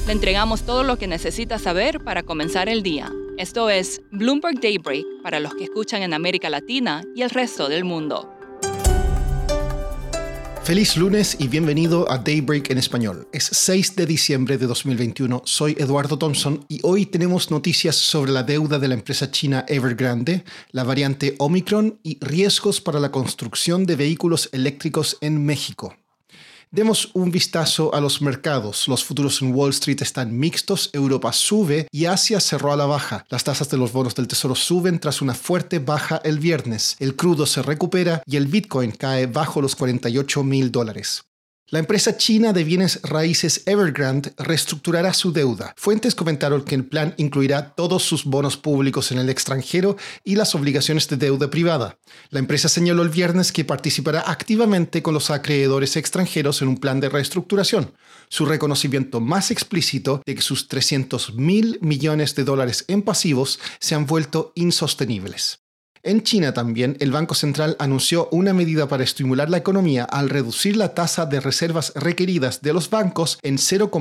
Le entregamos todo lo que necesita saber para comenzar el día. Esto es Bloomberg Daybreak para los que escuchan en América Latina y el resto del mundo. Feliz lunes y bienvenido a Daybreak en español. Es 6 de diciembre de 2021, soy Eduardo Thompson y hoy tenemos noticias sobre la deuda de la empresa china Evergrande, la variante Omicron y riesgos para la construcción de vehículos eléctricos en México. Demos un vistazo a los mercados. Los futuros en Wall Street están mixtos, Europa sube y Asia cerró a la baja. Las tasas de los bonos del tesoro suben tras una fuerte baja el viernes. El crudo se recupera y el Bitcoin cae bajo los $48,000. La empresa china de bienes raíces Evergrande reestructurará su deuda. Fuentes comentaron que el plan incluirá todos sus bonos públicos en el extranjero y las obligaciones de deuda privada. La empresa señaló el viernes que participará activamente con los acreedores extranjeros en un plan de reestructuración. Su reconocimiento más explícito de que sus $300,000 millones en pasivos se han vuelto insostenibles. En China también, el Banco Central anunció una medida para estimular la economía al reducir la tasa de reservas requeridas de los bancos en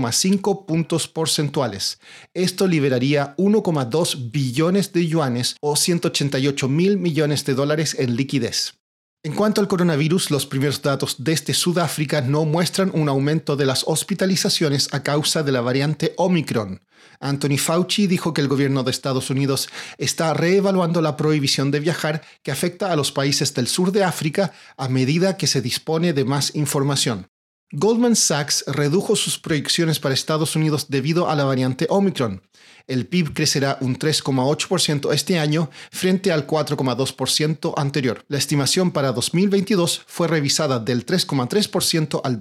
0,5 puntos porcentuales. Esto liberaría 1,2 billones de yuanes o $188,000 millones en liquidez. En cuanto al coronavirus, los primeros datos desde Sudáfrica no muestran un aumento de las hospitalizaciones a causa de la variante Omicron. Anthony Fauci dijo que el gobierno de Estados Unidos está reevaluando la prohibición de viajar que afecta a los países del sur de África a medida que se dispone de más información. Goldman Sachs redujo sus proyecciones para Estados Unidos debido a la variante Omicron. El PIB crecerá un 3,8% este año frente al 4,2% anterior. La estimación para 2022 fue revisada del 3,3% al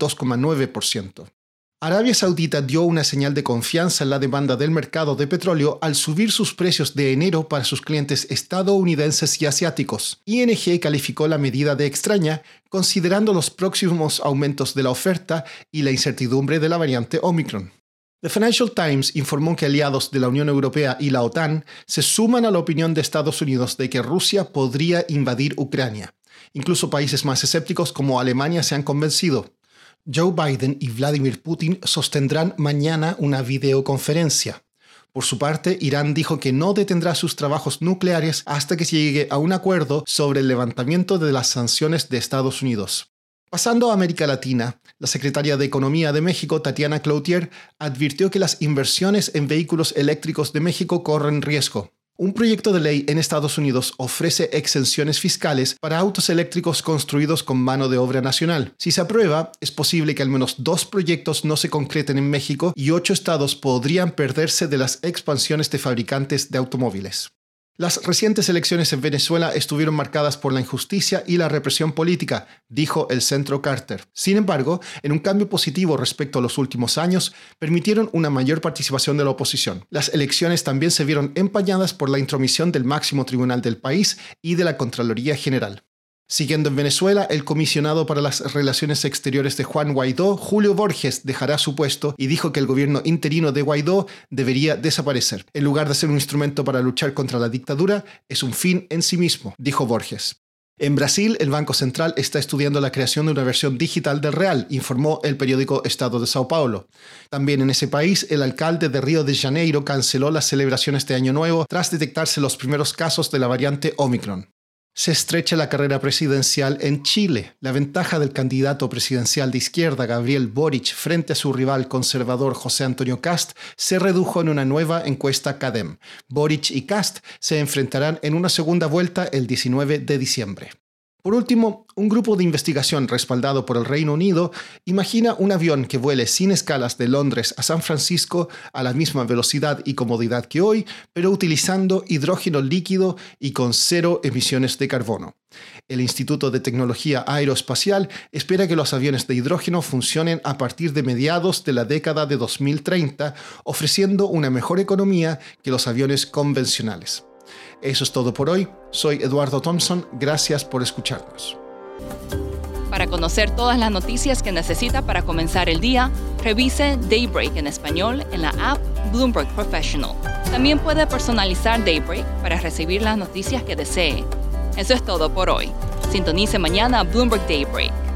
2,9%. Arabia Saudita dio una señal de confianza en la demanda del mercado de petróleo al subir sus precios de enero para sus clientes estadounidenses y asiáticos. ING calificó la medida de extraña, considerando los próximos aumentos de la oferta y la incertidumbre de la variante Omicron. The Financial Times informó que aliados de la Unión Europea y la OTAN se suman a la opinión de Estados Unidos de que Rusia podría invadir Ucrania. Incluso países más escépticos como Alemania se han convencido. Joe Biden y Vladimir Putin sostendrán mañana una videoconferencia. Por su parte, Irán dijo que no detendrá sus trabajos nucleares hasta que se llegue a un acuerdo sobre el levantamiento de las sanciones de Estados Unidos. Pasando a América Latina, la secretaria de Economía de México, Tatiana Cloutier, advirtió que las inversiones en vehículos eléctricos de México corren riesgo. Un proyecto de ley en Estados Unidos ofrece exenciones fiscales para autos eléctricos construidos con mano de obra nacional. Si se aprueba, es posible que al menos 2 proyectos no se concreten en México y 8 estados podrían perderse de las expansiones de fabricantes de automóviles. Las recientes elecciones en Venezuela estuvieron marcadas por la injusticia y la represión política, dijo el Centro Carter. Sin embargo, en un cambio positivo respecto a los últimos años, permitieron una mayor participación de la oposición. Las elecciones también se vieron empañadas por la intromisión del máximo tribunal del país y de la Contraloría General. Siguiendo en Venezuela, el comisionado para las Relaciones Exteriores de Juan Guaidó, Julio Borges, dejará su puesto y dijo que el gobierno interino de Guaidó debería desaparecer. En lugar de ser un instrumento para luchar contra la dictadura, es un fin en sí mismo, dijo Borges. En Brasil, el Banco Central está estudiando la creación de una versión digital del real, informó el periódico Estado de Sao Paulo. También en ese país, el alcalde de Río de Janeiro canceló las celebraciones de Año Nuevo tras detectarse los primeros casos de la variante Omicron. Se estrecha la carrera presidencial en Chile. La ventaja del candidato presidencial de izquierda Gabriel Boric frente a su rival conservador José Antonio Kast se redujo en una nueva encuesta CADEM. Boric y Kast se enfrentarán en una segunda vuelta el 19 de diciembre. Por último, un grupo de investigación respaldado por el Reino Unido imagina un avión que vuele sin escalas de Londres a San Francisco a la misma velocidad y comodidad que hoy, pero utilizando hidrógeno líquido y con 0 emisiones de carbono. El Instituto de Tecnología Aeroespacial espera que los aviones de hidrógeno funcionen a partir de mediados de la década de 2030, ofreciendo una mejor economía que los aviones convencionales. Eso es todo por hoy. Soy Eduardo Thompson. Gracias por escucharnos. Para conocer todas las noticias que necesita para comenzar el día, revise Daybreak en español en la app Bloomberg Professional. También puede personalizar Daybreak para recibir las noticias que desee. Eso es todo por hoy. Sintonice mañana Bloomberg Daybreak.